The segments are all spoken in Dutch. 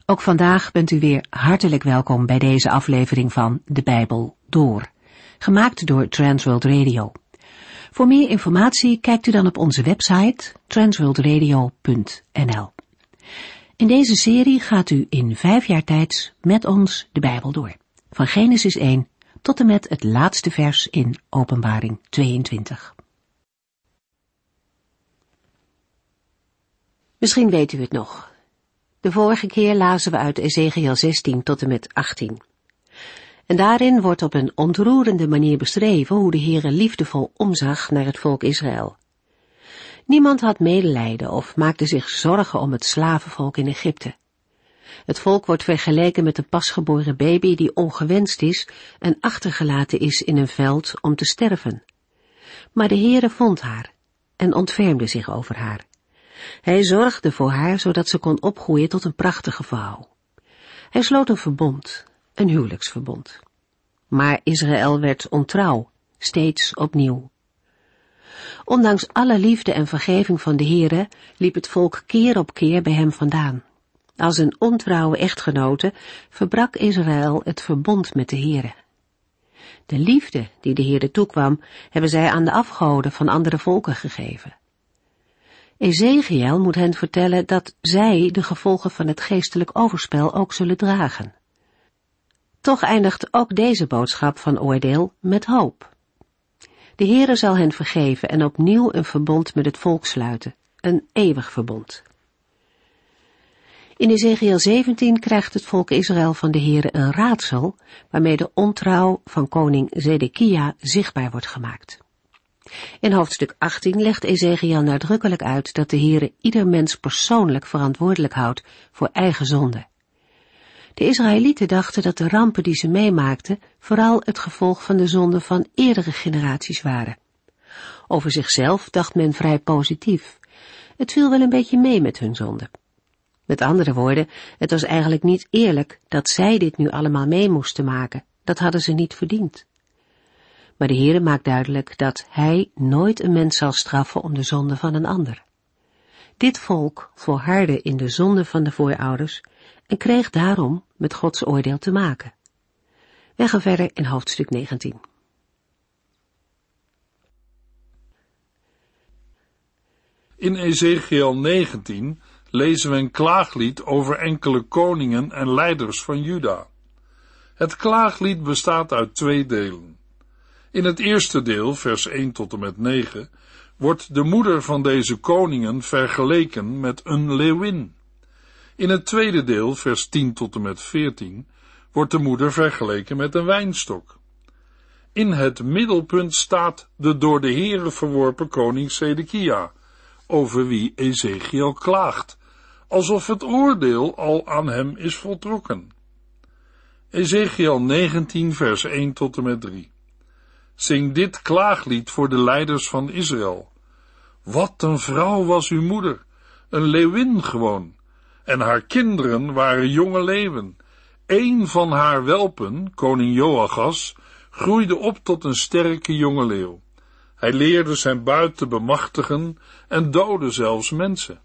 Ook vandaag bent u weer hartelijk welkom bij deze aflevering van De Bijbel Door, gemaakt door Transworld Radio. Voor meer informatie kijkt u dan op onze website transworldradio.nl. In deze serie gaat u in 5 jaar tijd met ons de Bijbel door, van Genesis 1 tot en met het laatste vers in Openbaring 22. Misschien weet u het nog. De vorige keer lazen we uit Ezechiel 16 tot en met 18. En daarin wordt op een ontroerende manier beschreven hoe de Heere liefdevol omzag naar het volk Israël. Niemand had medelijden of maakte zich zorgen om het slavenvolk in Egypte. Het volk wordt vergeleken met een pasgeboren baby die ongewenst is en achtergelaten is in een veld om te sterven. Maar de Heere vond haar en ontfermde zich over haar. Hij zorgde voor haar zodat ze kon opgroeien tot een prachtige vrouw. Hij sloot een verbond, een huwelijksverbond. Maar Israël werd ontrouw, steeds opnieuw. Ondanks alle liefde en vergeving van de Heere liep het volk keer op keer bij hem vandaan. Als een ontrouwe echtgenote verbrak Israël het verbond met de Heere. De liefde die de Heere toekwam, hebben zij aan de afgoden van andere volken gegeven. Ezechiel moet hen vertellen dat zij de gevolgen van het geestelijk overspel ook zullen dragen. Toch eindigt ook deze boodschap van oordeel met hoop. De Heere zal hen vergeven en opnieuw een verbond met het volk sluiten, een eeuwig verbond. In Ezechiel 17 krijgt het volk Israël van de Heere een raadsel, waarmee de ontrouw van koning Zedekia zichtbaar wordt gemaakt. In hoofdstuk 18 legt Ezechiel nadrukkelijk uit dat de Heere ieder mens persoonlijk verantwoordelijk houdt voor eigen zonde. De Israëlieten dachten dat de rampen die ze meemaakten vooral het gevolg van de zonden van eerdere generaties waren. Over zichzelf dacht men vrij positief. Het viel wel een beetje mee met hun zonde. Met andere woorden, het was eigenlijk niet eerlijk dat zij dit nu allemaal mee moesten maken. Dat hadden ze niet verdiend. Maar de Heere maakt duidelijk dat Hij nooit een mens zal straffen om de zonde van een ander. Dit volk volhardde in de zonde van de voorouders en kreeg daarom met Gods oordeel te maken. We gaan verder in hoofdstuk 19. In Ezechiel 19 lezen we een klaaglied over enkele koningen en leiders van Juda. Het klaaglied bestaat uit 2 delen. In het eerste deel, vers 1 tot en met 9, wordt de moeder van deze koningen vergeleken met een leeuwin. In het tweede deel, vers 10 tot en met 14, wordt de moeder vergeleken met een wijnstok. In het middelpunt staat de door de Heere verworpen koning Zedekia, over wie Ezechiel klaagt, alsof het oordeel al aan hem is voltrokken. Ezechiel 19, vers 1 tot en met 3. Zing dit klaaglied voor de leiders van Israël. Wat een vrouw was uw moeder, een leeuwin gewoon, en haar kinderen waren jonge leeuwen. Eén van haar welpen, koning Joachas, groeide op tot een sterke jonge leeuw. Hij leerde zijn buit te bemachtigen en doodde zelfs mensen.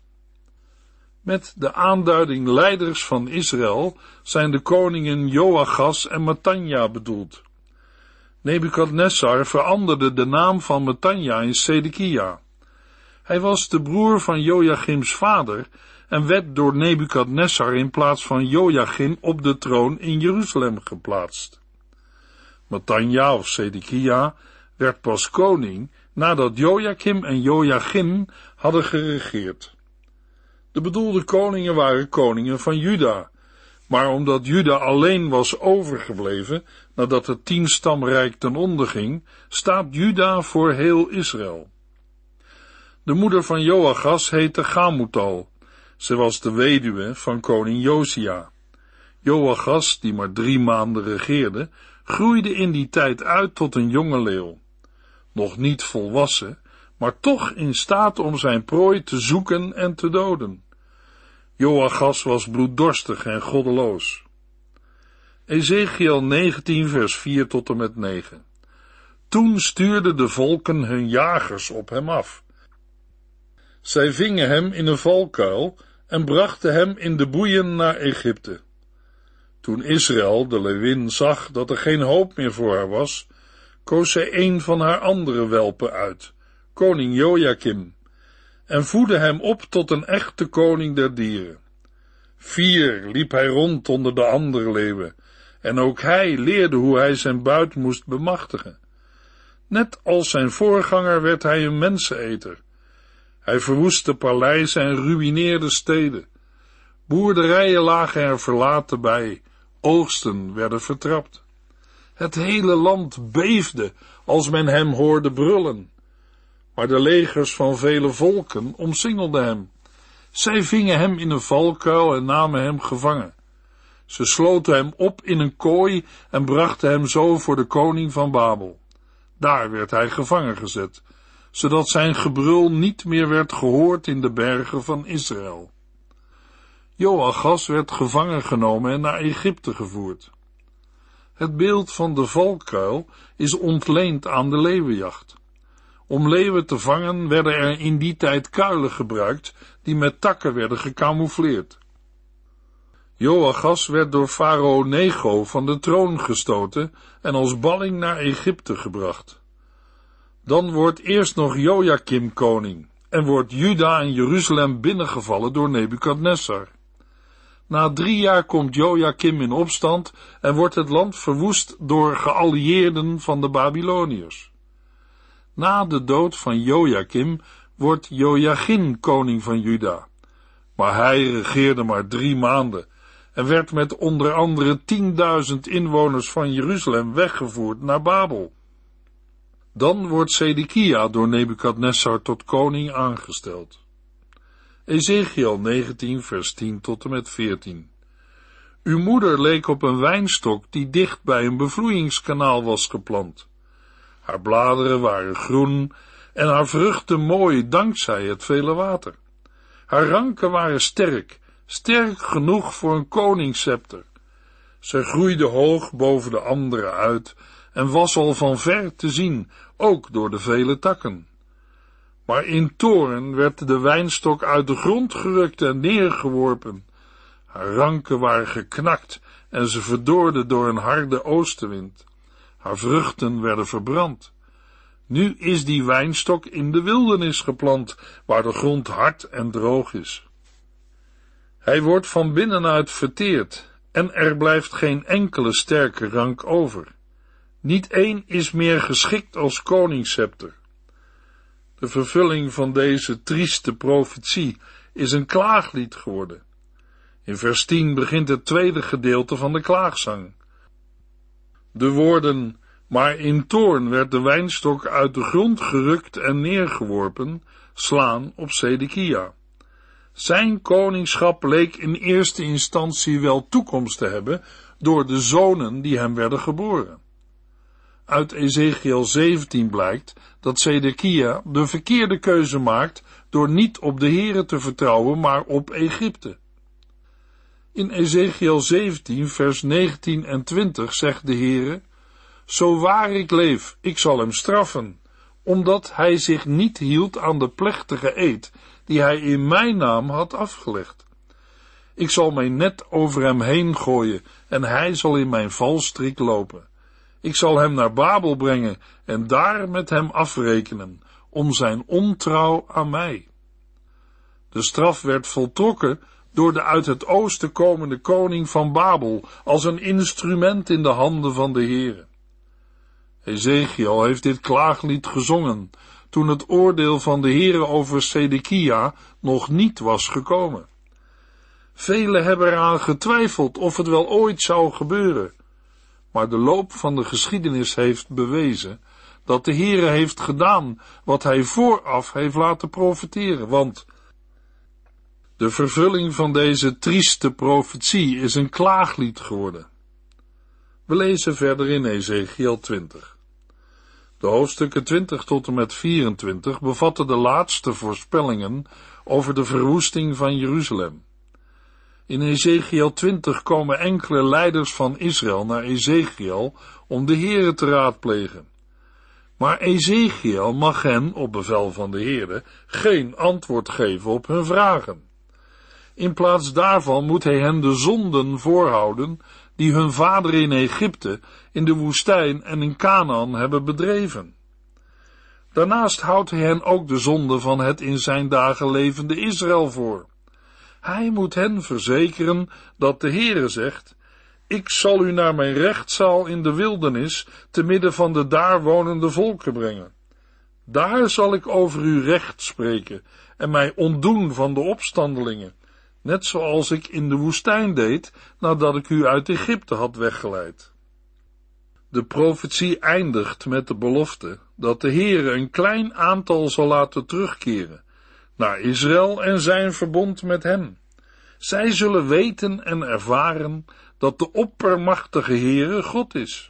Met de aanduiding leiders van Israël zijn de koningen Joachas en Matanja bedoeld. Nebukadnessar veranderde de naam van Matanja in Zedekia. Hij was de broer van Joachims vader en werd door Nebukadnessar in plaats van Joachim op de troon in Jeruzalem geplaatst. Matanja of Zedekia werd pas koning nadat Joachim en Joachim hadden geregeerd. De bedoelde koningen waren koningen van Juda, maar omdat Juda alleen was overgebleven nadat het 10-stamrijk ten onder ging, staat Juda voor heel Israël. De moeder van Joachas heette Gamutal. Ze was de weduwe van koning Josia. Joachas, die maar 3 maanden regeerde, groeide in die tijd uit tot een jonge leeuw. Nog niet volwassen, maar toch in staat om zijn prooi te zoeken en te doden. Joachas was bloeddorstig en goddeloos. Ezechiel 19 vers 4 tot en met 9. Toen stuurden de volken hun jagers op hem af. Zij vingen hem in een valkuil en brachten hem in de boeien naar Egypte. Toen Israël, de leeuwin, zag dat er geen hoop meer voor haar was, koos zij een van haar andere welpen uit, koning Jojakim, en voedde hem op tot een echte koning der dieren. 4 liep hij rond onder de andere leeuwen, en ook hij leerde hoe hij zijn buit moest bemachtigen. Net als zijn voorganger werd hij een menseneter. Hij verwoestte paleizen en ruïneerde steden. Boerderijen lagen er verlaten bij, oogsten werden vertrapt. Het hele land beefde als men hem hoorde brullen. Maar de legers van vele volken omsingelden hem. Zij vingen hem in een valkuil en namen hem gevangen. Ze sloten hem op in een kooi en brachten hem zo voor de koning van Babel. Daar werd hij gevangen gezet, zodat zijn gebrul niet meer werd gehoord in de bergen van Israël. Joachas werd gevangen genomen en naar Egypte gevoerd. Het beeld van de valkuil is ontleend aan de leeuwenjacht. Om leeuwen te vangen werden er in die tijd kuilen gebruikt, die met takken werden gecamoufleerd. Joachas werd door farao Nego van de troon gestoten en als balling naar Egypte gebracht. Dan wordt eerst nog Jojakim koning en wordt Juda en Jeruzalem binnengevallen door Nebukadnessar. Na 3 jaar komt Jojakim in opstand en wordt het land verwoest door geallieerden van de Babyloniërs. Na de dood van Jojakim wordt Jojachin koning van Juda, maar hij regeerde maar 3 maanden en werd met onder andere 10.000 inwoners van Jeruzalem weggevoerd naar Babel. Dan wordt Sedekia door Nebukadnessar tot koning aangesteld. Ezechiel 19 vers 10 tot en met 14. Uw moeder leek op een wijnstok die dicht bij een bevloeiingskanaal was geplant. Haar bladeren waren groen en haar vruchten mooi dankzij het vele water. Haar ranken waren sterk genoeg voor een koningsscepter. Ze groeide hoog boven de anderen uit en was al van ver te zien, ook door de vele takken. Maar in toorn werd de wijnstok uit de grond gerukt en neergeworpen. Haar ranken waren geknakt en ze verdorde door een harde oostenwind. Haar vruchten werden verbrand. Nu is die wijnstok in de wildernis geplant, waar de grond hard en droog is. Hij wordt van binnenuit verteerd en er blijft geen enkele sterke rank over. Niet één is meer geschikt als koningsscepter. De vervulling van deze trieste profetie is een klaaglied geworden. In vers 10 begint het tweede gedeelte van de klaagzang. De woorden, maar in toorn werd de wijnstok uit de grond gerukt en neergeworpen, slaan op Sedekia. Zijn koningschap leek in eerste instantie wel toekomst te hebben door de zonen die hem werden geboren. Uit Ezechiel 17 blijkt dat Sedekia de verkeerde keuze maakt door niet op de Here te vertrouwen, maar op Egypte. In Ezechiel 17 vers 19 en 20 zegt de Here, zo waar ik leef, ik zal hem straffen, omdat hij zich niet hield aan de plechtige eed die hij in mijn naam had afgelegd. Ik zal mijn net over hem heen gooien en hij zal in mijn valstrik lopen. Ik zal hem naar Babel brengen en daar met hem afrekenen, om zijn ontrouw aan mij. De straf werd voltrokken door de uit het oosten komende koning van Babel, als een instrument in de handen van de Heere. Ezechiel heeft dit klaaglied gezongen, toen het oordeel van de Heere over Sedekia nog niet was gekomen. Velen hebben eraan getwijfeld of het wel ooit zou gebeuren, maar de loop van de geschiedenis heeft bewezen dat de Heere heeft gedaan wat hij vooraf heeft laten profeteren, want de vervulling van deze trieste profetie is een klaaglied geworden. We lezen verder in Ezechiel 20. De hoofdstukken 20 tot en met 24 bevatten de laatste voorspellingen over de verwoesting van Jeruzalem. In Ezechiel 20 komen enkele leiders van Israël naar Ezechiel om de Heere te raadplegen. Maar Ezechiel mag hen, op bevel van de Heere, geen antwoord geven op hun vragen. In plaats daarvan moet hij hen de zonden voorhouden die hun vader in Egypte, in de woestijn en in Kanaan hebben bedreven. Daarnaast houdt hij hen ook de zonde van het in zijn dagen levende Israël voor. Hij moet hen verzekeren dat de Heere zegt: ik zal u naar mijn rechtszaal in de wildernis, te midden van de daar wonende volken brengen. Daar zal ik over u recht spreken en mij ontdoen van de opstandelingen, net zoals ik in de woestijn deed, nadat ik u uit Egypte had weggeleid. De profetie eindigt met de belofte dat de Heere een klein aantal zal laten terugkeren naar Israël en zijn verbond met hem. Zij zullen weten en ervaren dat de oppermachtige Heere God is.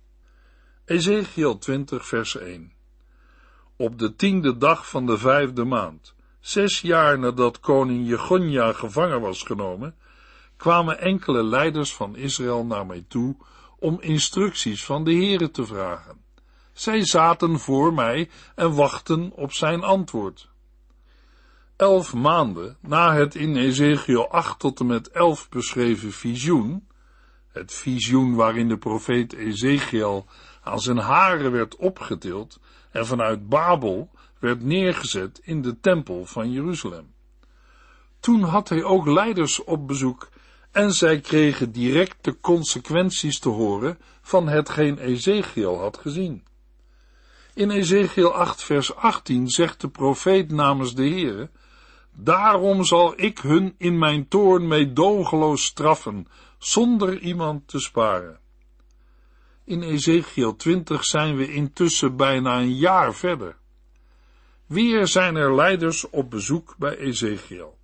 Ezechiel 20 vers 1. Op de 10e dag van de 5e maand, 6 jaar nadat koning Jegonja gevangen was genomen, kwamen enkele leiders van Israël naar mij toe om instructies van de Heere te vragen. Zij zaten voor mij en wachten op zijn antwoord. 11 maanden na het in Ezechiel 8 tot en met 11 beschreven visioen, het visioen waarin de profeet Ezechiel aan zijn haren werd opgetild en vanuit Babel werd neergezet in de tempel van Jeruzalem. Toen had hij ook leiders op bezoek en zij kregen direct de consequenties te horen van hetgeen Ezechiel had gezien. In Ezechiel 8 vers 18 zegt de profeet namens de Heere: daarom zal ik hun in mijn toorn meedogenloos straffen, zonder iemand te sparen. In Ezechiel 20 zijn we intussen bijna een jaar verder. Weer zijn er leiders op bezoek bij Ezechiel.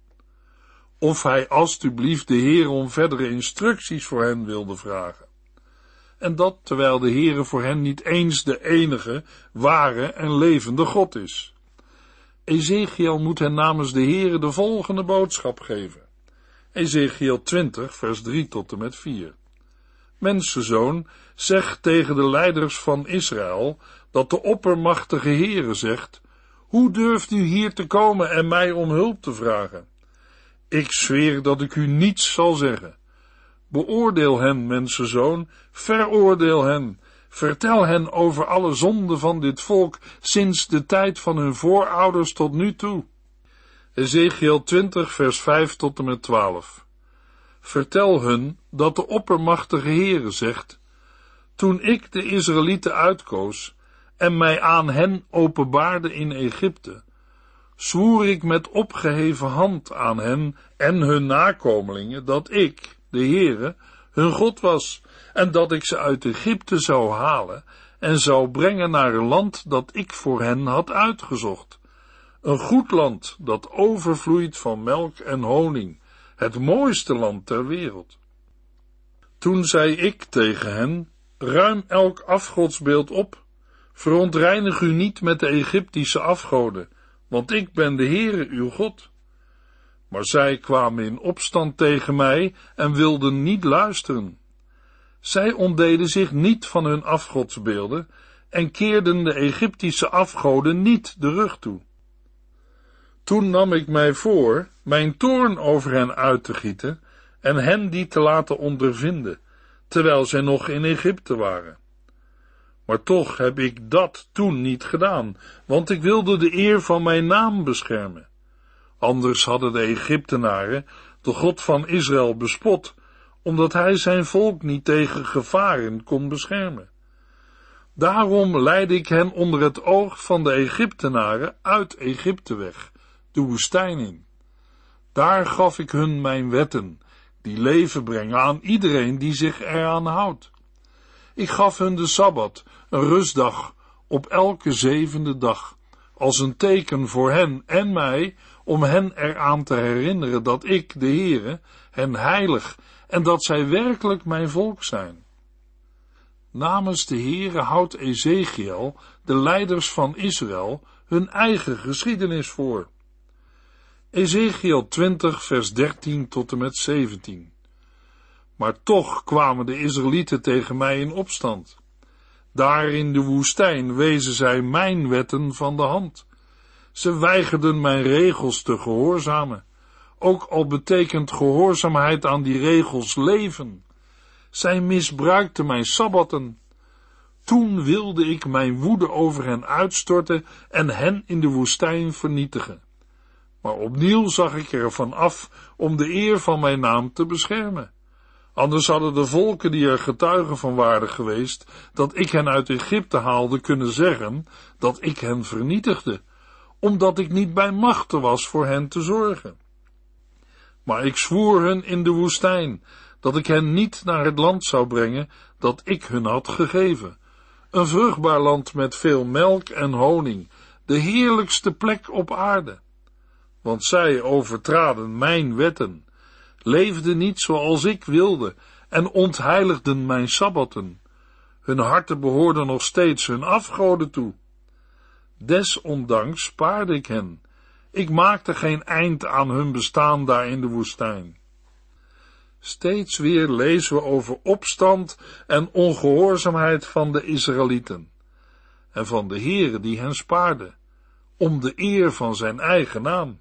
Of hij alstublieft de Heere om verdere instructies voor hen wilde vragen. En dat terwijl de Heere voor hen niet eens de enige, ware en levende God is. Ezechiel moet hen namens de Heere de volgende boodschap geven. Ezechiel 20 vers 3 tot en met 4. Mensenzoon, zeg tegen de leiders van Israël dat de oppermachtige Heere zegt: hoe durft u hier te komen en mij om hulp te vragen? Ik zweer dat ik u niets zal zeggen. Beoordeel hen, mensenzoon, veroordeel hen, vertel hen over alle zonden van dit volk sinds de tijd van hun voorouders tot nu toe. Ezechiel 20 vers 5 tot en met 12. Vertel hun dat de oppermachtige Heere zegt: toen ik de Israëlieten uitkoos en mij aan hen openbaarde in Egypte, zwoer ik met opgeheven hand aan hen en hun nakomelingen dat ik, de Heere, hun God was en dat ik ze uit Egypte zou halen en zou brengen naar een land dat ik voor hen had uitgezocht. Een goed land dat overvloeit van melk en honing, het mooiste land ter wereld. Toen zei ik tegen hen: ruim elk afgodsbeeld op, verontreinig u niet met de Egyptische afgoden, want ik ben de Heere uw God. Maar zij kwamen in opstand tegen mij en wilden niet luisteren. Zij ontdeden zich niet van hun afgodsbeelden en keerden de Egyptische afgoden niet de rug toe. Toen nam ik mij voor mijn toorn over hen uit te gieten en hen die te laten ondervinden, terwijl zij nog in Egypte waren. Maar toch heb ik dat toen niet gedaan, want ik wilde de eer van mijn naam beschermen. Anders hadden de Egyptenaren de God van Israël bespot, omdat hij zijn volk niet tegen gevaren kon beschermen. Daarom leidde ik hen onder het oog van de Egyptenaren uit Egypte weg, de woestijn in. Daar gaf ik hun mijn wetten, die leven brengen aan iedereen die zich eraan houdt. Ik gaf hun de Sabbat, een rustdag, op elke 7e dag, als een teken voor hen en mij, om hen eraan te herinneren dat ik, de Heere, hen heilig en dat zij werkelijk mijn volk zijn. Namens de Heere houdt Ezechiel de leiders van Israël hun eigen geschiedenis voor. Ezechiel 20 vers 13 tot en met 17. Maar toch kwamen de Israëlieten tegen mij in opstand. Daar in de woestijn wezen zij mijn wetten van de hand. Ze weigerden mijn regels te gehoorzamen. ook al betekent gehoorzaamheid aan die regels leven. Zij misbruikten mijn sabbatten. Toen wilde ik mijn woede over hen uitstorten en hen in de woestijn vernietigen. Maar opnieuw zag ik ervan af om de eer van mijn naam te beschermen. Anders hadden de volken die er getuigen van waren geweest, dat ik hen uit Egypte haalde, kunnen zeggen dat ik hen vernietigde, omdat ik niet bij machte was voor hen te zorgen. Maar ik zwoer hun in de woestijn, dat ik hen niet naar het land zou brengen dat ik hun had gegeven. Een vruchtbaar land met veel melk en honing, de heerlijkste plek op aarde. Want zij overtraden mijn wetten, leefden niet zoals ik wilde en ontheiligden mijn sabbatten. Hun harten behoorden nog steeds hun afgoden toe. Desondanks spaarde ik hen. Ik maakte geen eind aan hun bestaan daar in de woestijn. Steeds weer lezen we over opstand en ongehoorzaamheid van de Israëlieten en van de Heere die hen spaarde, om de eer van zijn eigen naam.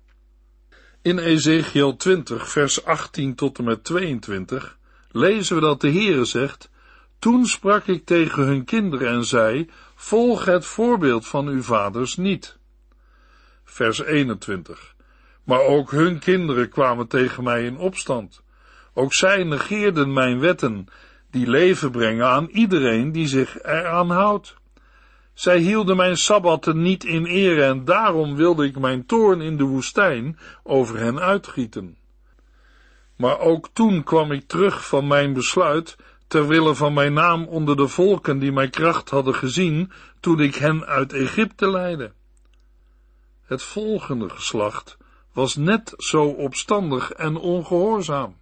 In Ezechiel 20, vers 18 tot en met 22 lezen we dat de Heere zegt: Toen sprak ik tegen hun kinderen en zei: Volg het voorbeeld van uw vaders niet. Vers 21. Maar ook hun kinderen kwamen tegen mij in opstand. Ook zij negeerden mijn wetten, die leven brengen aan iedereen die zich eraan houdt. Zij hielden mijn sabbatten niet in ere en daarom wilde ik mijn toorn in de woestijn over hen uitgieten. Maar ook toen kwam ik terug van mijn besluit, ter wille van mijn naam onder de volken die mijn kracht hadden gezien, toen ik hen uit Egypte leidde. Het volgende geslacht was net zo opstandig en ongehoorzaam.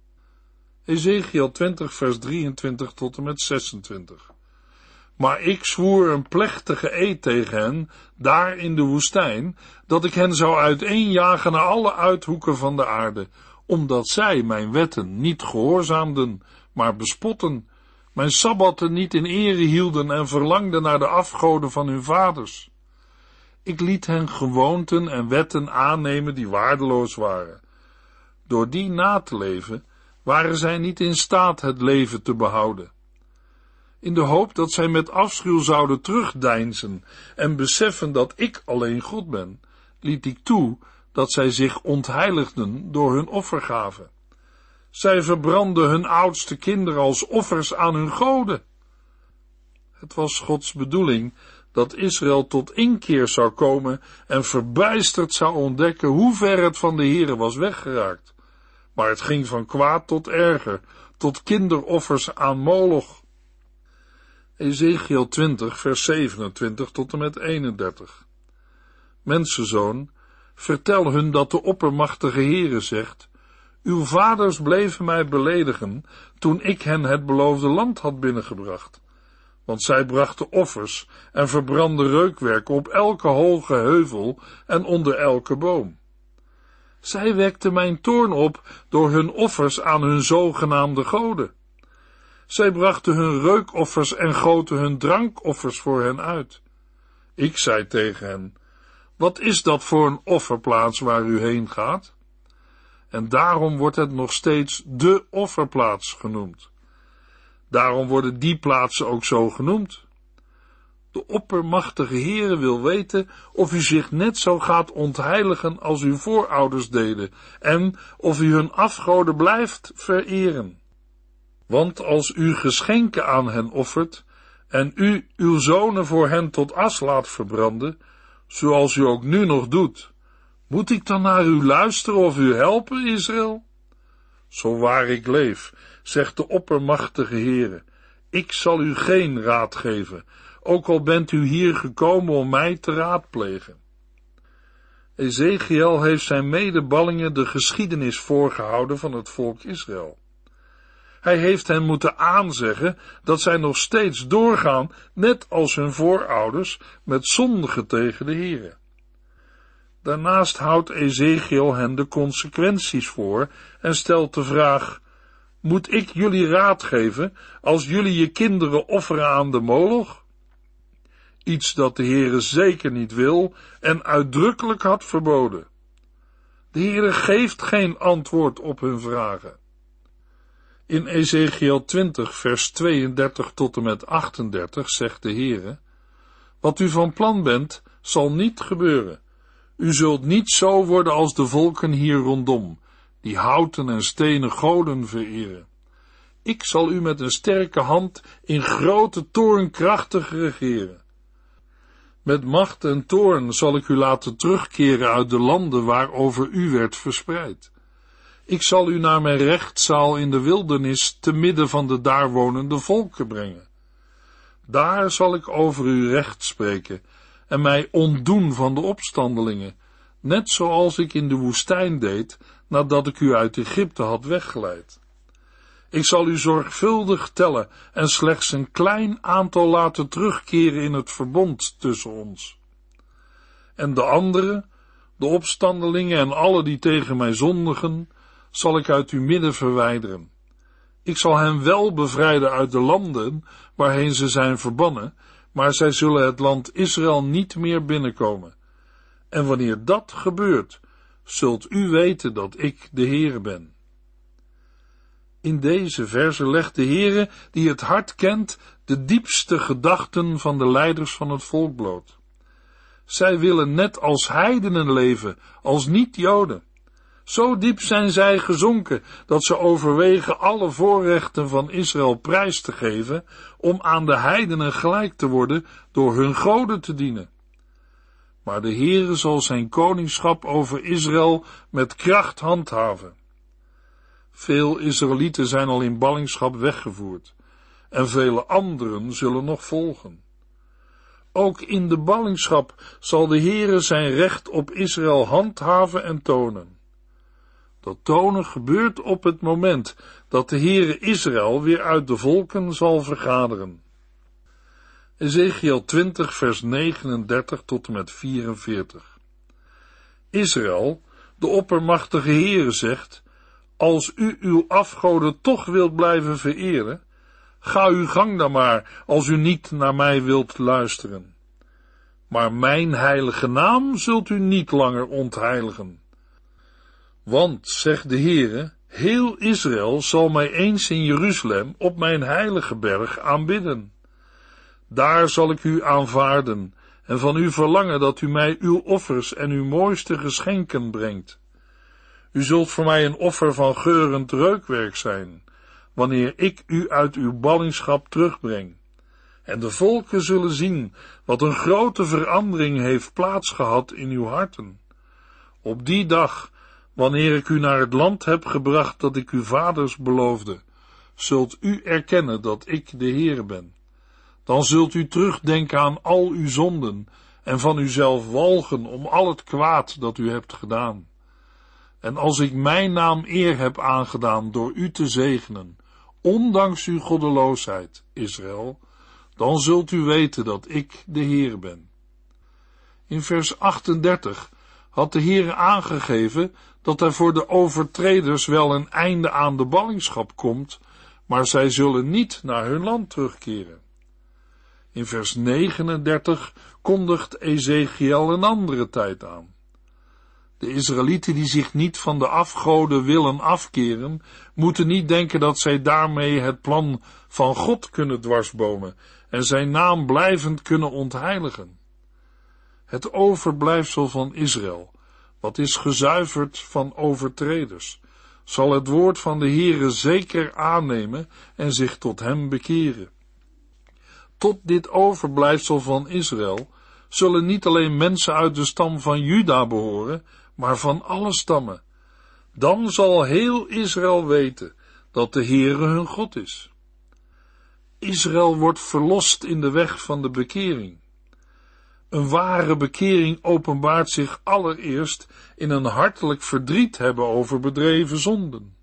Ezechiel 20 vers 23 tot en met 26. Maar ik zwoer een plechtige eed tegen hen, daar in de woestijn, dat ik hen zou uiteenjagen naar alle uithoeken van de aarde, omdat zij mijn wetten niet gehoorzaamden, maar bespotten, mijn sabbatten niet in ere hielden en verlangden naar de afgoden van hun vaders. Ik liet hen gewoonten en wetten aannemen die waardeloos waren. Door die na te leven, waren zij niet in staat het leven te behouden. In de hoop dat zij met afschuw zouden terugdeinzen en beseffen dat ik alleen God ben, liet ik toe dat zij zich ontheiligden door hun offergaven. Zij verbrandden hun oudste kinderen als offers aan hun goden. Het was Gods bedoeling dat Israël tot inkeer zou komen en verbijsterd zou ontdekken hoe ver het van de Heere was weggeraakt. Maar het ging van kwaad tot erger, tot kinderoffers aan Moloch. Ezechiel 20 vers 27 tot en met 31. Mensenzoon, vertel hun dat de oppermachtige Heere zegt: Uw vaders bleven mij beledigen toen ik hen het beloofde land had binnengebracht. Want zij brachten offers en verbrandden reukwerk op elke hoge heuvel en onder elke boom. Zij wekten mijn toorn op door hun offers aan hun zogenaamde goden. Zij brachten hun reukoffers en goten hun drankoffers voor hen uit. Ik zei tegen hen: Wat is dat voor een offerplaats waar u heen gaat? En daarom wordt het nog steeds de offerplaats genoemd. Daarom worden die plaatsen ook zo genoemd. De oppermachtige Heere wil weten of u zich net zo gaat ontheiligen als uw voorouders deden en of u hun afgoden blijft vereren. Want als u geschenken aan hen offert en u uw zonen voor hen tot as laat verbranden, zoals u ook nu nog doet, moet ik dan naar u luisteren of u helpen, Israël? Zo waar ik leef, zegt de oppermachtige Heere, ik zal u geen raad geven, ook al bent u hier gekomen om mij te raadplegen. Ezechiel heeft zijn medeballingen de geschiedenis voorgehouden van het volk Israël. Hij heeft hen moeten aanzeggen dat zij nog steeds doorgaan, net als hun voorouders, met zondigen tegen de Heere. Daarnaast houdt Ezechiel hen de consequenties voor en stelt de vraag: moet ik jullie raad geven als jullie je kinderen offeren aan de Moloch? Iets dat de Heere zeker niet wil en uitdrukkelijk had verboden. De Heere geeft geen antwoord op hun vragen. In Ezechiel 20 vers 32 tot en met 38 zegt de Heere: wat u van plan bent, zal niet gebeuren. U zult niet zo worden als de volken hier rondom, die houten en stenen goden vereren. Ik zal u met een sterke hand in grote toorn krachtig regeren. Met macht en toorn zal ik u laten terugkeren uit de landen waarover u werd verspreid. Ik zal u naar mijn rechtszaal in de wildernis te midden van de daar wonende volken brengen. Daar zal ik over u recht spreken en mij ontdoen van de opstandelingen, net zoals ik in de woestijn deed nadat ik u uit Egypte had weggeleid. Ik zal u zorgvuldig tellen en slechts een klein aantal laten terugkeren in het verbond tussen ons. En de anderen, de opstandelingen en alle die tegen mij zondigen, zal ik uit uw midden verwijderen. Ik zal hen wel bevrijden uit de landen waarheen ze zijn verbannen, maar zij zullen het land Israël niet meer binnenkomen. En wanneer dat gebeurt, zult u weten dat ik de Heere ben. In deze verse legt de Heere, die het hart kent, de diepste gedachten van de leiders van het volk bloot. Zij willen net als heidenen leven, als niet-Joden. Zo diep zijn zij gezonken, dat ze overwegen alle voorrechten van Israël prijs te geven, om aan de heidenen gelijk te worden door hun goden te dienen. Maar de Heere zal zijn koningschap over Israël met kracht handhaven. Veel Israëlieten zijn al in ballingschap weggevoerd, en vele anderen zullen nog volgen. Ook in de ballingschap zal de Heere zijn recht op Israël handhaven en tonen. Dat tonen gebeurt op het moment dat de Heere Israël weer uit de volken zal vergaderen. Ezechiel 20 vers 39 tot en met 44. Israël, de oppermachtige Heere, zegt: als u uw afgoden toch wilt blijven vereren, ga uw gang dan maar, als u niet naar mij wilt luisteren. Maar mijn heilige naam zult u niet langer ontheiligen. Want, zegt de Heere, heel Israël zal mij eens in Jeruzalem op mijn heilige berg aanbidden. Daar zal ik u aanvaarden en van u verlangen dat u mij uw offers en uw mooiste geschenken brengt. U zult voor mij een offer van geurend reukwerk zijn, wanneer ik u uit uw ballingschap terugbreng. En de volken zullen zien wat een grote verandering heeft plaatsgehad in uw harten. Op die dag, wanneer ik u naar het land heb gebracht dat ik uw vaders beloofde, zult u erkennen dat ik de Heere ben. Dan zult u terugdenken aan al uw zonden en van uzelf walgen om al het kwaad dat u hebt gedaan. En als ik mijn naam eer heb aangedaan door u te zegenen, ondanks uw goddeloosheid, Israël, dan zult u weten dat ik de Heere ben. In vers 38 had de Heere aangegeven dat er voor de overtreders wel een einde aan de ballingschap komt, maar zij zullen niet naar hun land terugkeren. In vers 39 kondigt Ezechiel een andere tijd aan. De Israëlieten die zich niet van de afgoden willen afkeren, moeten niet denken dat zij daarmee het plan van God kunnen dwarsbomen en zijn naam blijvend kunnen ontheiligen. Het overblijfsel van Israël, wat is gezuiverd van overtreders, zal het woord van de Heere zeker aannemen en zich tot hem bekeren. Tot dit overblijfsel van Israël zullen niet alleen mensen uit de stam van Juda behoren, maar van alle stammen. Dan zal heel Israël weten dat de Heere hun God is. Israël wordt verlost in de weg van de bekering. Een ware bekering openbaart zich allereerst in een hartelijk verdriet hebben over bedreven zonden.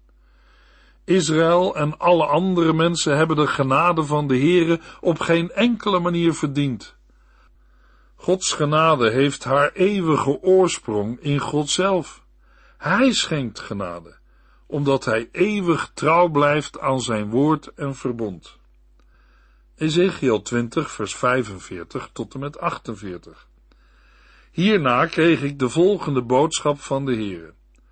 Israël en alle andere mensen hebben de genade van de Heere op geen enkele manier verdiend. Gods genade heeft haar eeuwige oorsprong in God zelf. Hij schenkt genade, omdat hij eeuwig trouw blijft aan zijn woord en verbond. Ezechiel 20 vers 45 tot en met 48. Hierna kreeg ik de volgende boodschap van de Heere.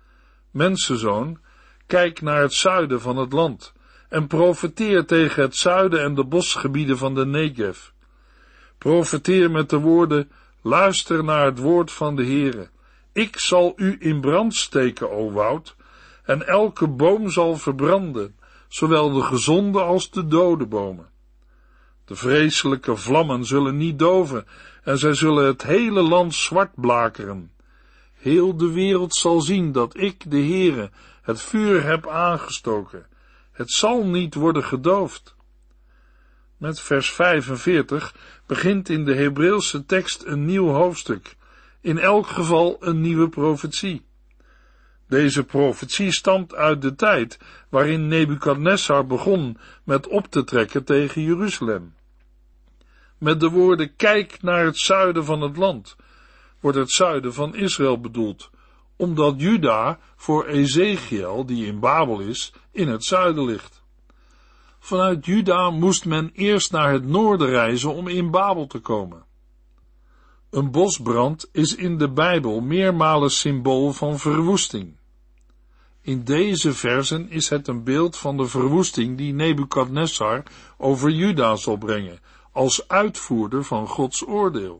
Mensenzoon, kijk naar het zuiden van het land en profeteer tegen het zuiden en de bosgebieden van de Negev. Profeteer met de woorden, luister naar het woord van de Heere. Ik zal u in brand steken, o woud, en elke boom zal verbranden, zowel de gezonde als de dode bomen. De vreselijke vlammen zullen niet doven, en zij zullen het hele land zwart blakeren. Heel de wereld zal zien dat ik, de Heere, het vuur heb aangestoken. Het zal niet worden gedoofd. Met vers 45 begint in de Hebreeuwse tekst een nieuw hoofdstuk, in elk geval een nieuwe profetie. Deze profetie stamt uit de tijd waarin Nebukadnessar begon met op te trekken tegen Jeruzalem. Met de woorden, kijk naar het zuiden van het land, wordt het zuiden van Israël bedoeld, omdat Juda voor Ezechiel, die in Babel is, in het zuiden ligt. Vanuit Juda moest men eerst naar het noorden reizen om in Babel te komen. Een bosbrand is in de Bijbel meermalen symbool van verwoesting. In deze versen is het een beeld van de verwoesting die Nebukadnessar over Juda zal brengen, als uitvoerder van Gods oordeel.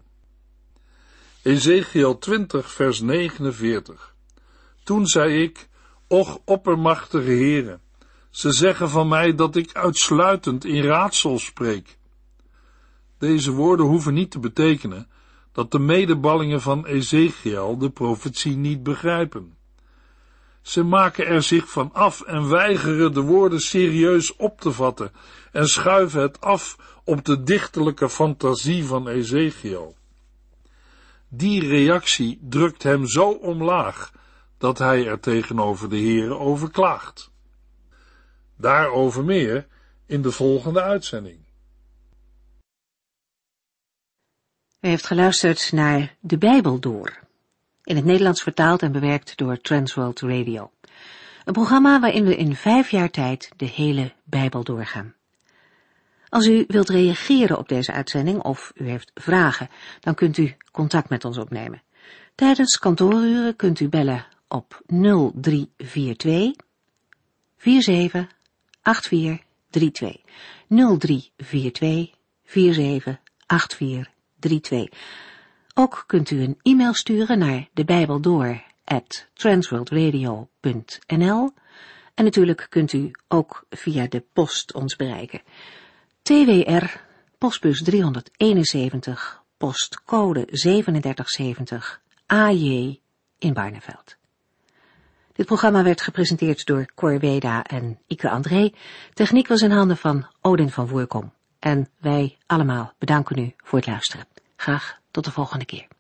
Ezechiel 20 vers 49. Toen zei ik, och oppermachtige Heere, ze zeggen van mij dat ik uitsluitend in raadsels spreek. Deze woorden hoeven niet te betekenen dat de medeballingen van Ezechiel de profetie niet begrijpen. Ze maken er zich van af en weigeren de woorden serieus op te vatten en schuiven het af op de dichterlijke fantasie van Ezechiel. Die reactie drukt hem zo omlaag dat hij er tegenover de Heere over klaagt. Daarover meer in de volgende uitzending. U heeft geluisterd naar De Bijbel Door, in het Nederlands vertaald en bewerkt door Transworld Radio. Een programma waarin we in 5 jaar tijd de hele Bijbel doorgaan. Als u wilt reageren op deze uitzending of u heeft vragen, dan kunt u contact met ons opnemen. Tijdens kantooruren kunt u bellen op 0342 478432. 0342 478432. Ook kunt u een e-mail sturen naar debijbeldoor@transworldradio.nl en natuurlijk kunt u ook via de post ons bereiken. TWR, postbus 371, postcode 3770, AJ in Barneveld. Dit programma werd gepresenteerd door Cor Weda en Ike André. Techniek was in handen van Odin van Voerkom. En wij allemaal bedanken u voor het luisteren. Graag tot de volgende keer.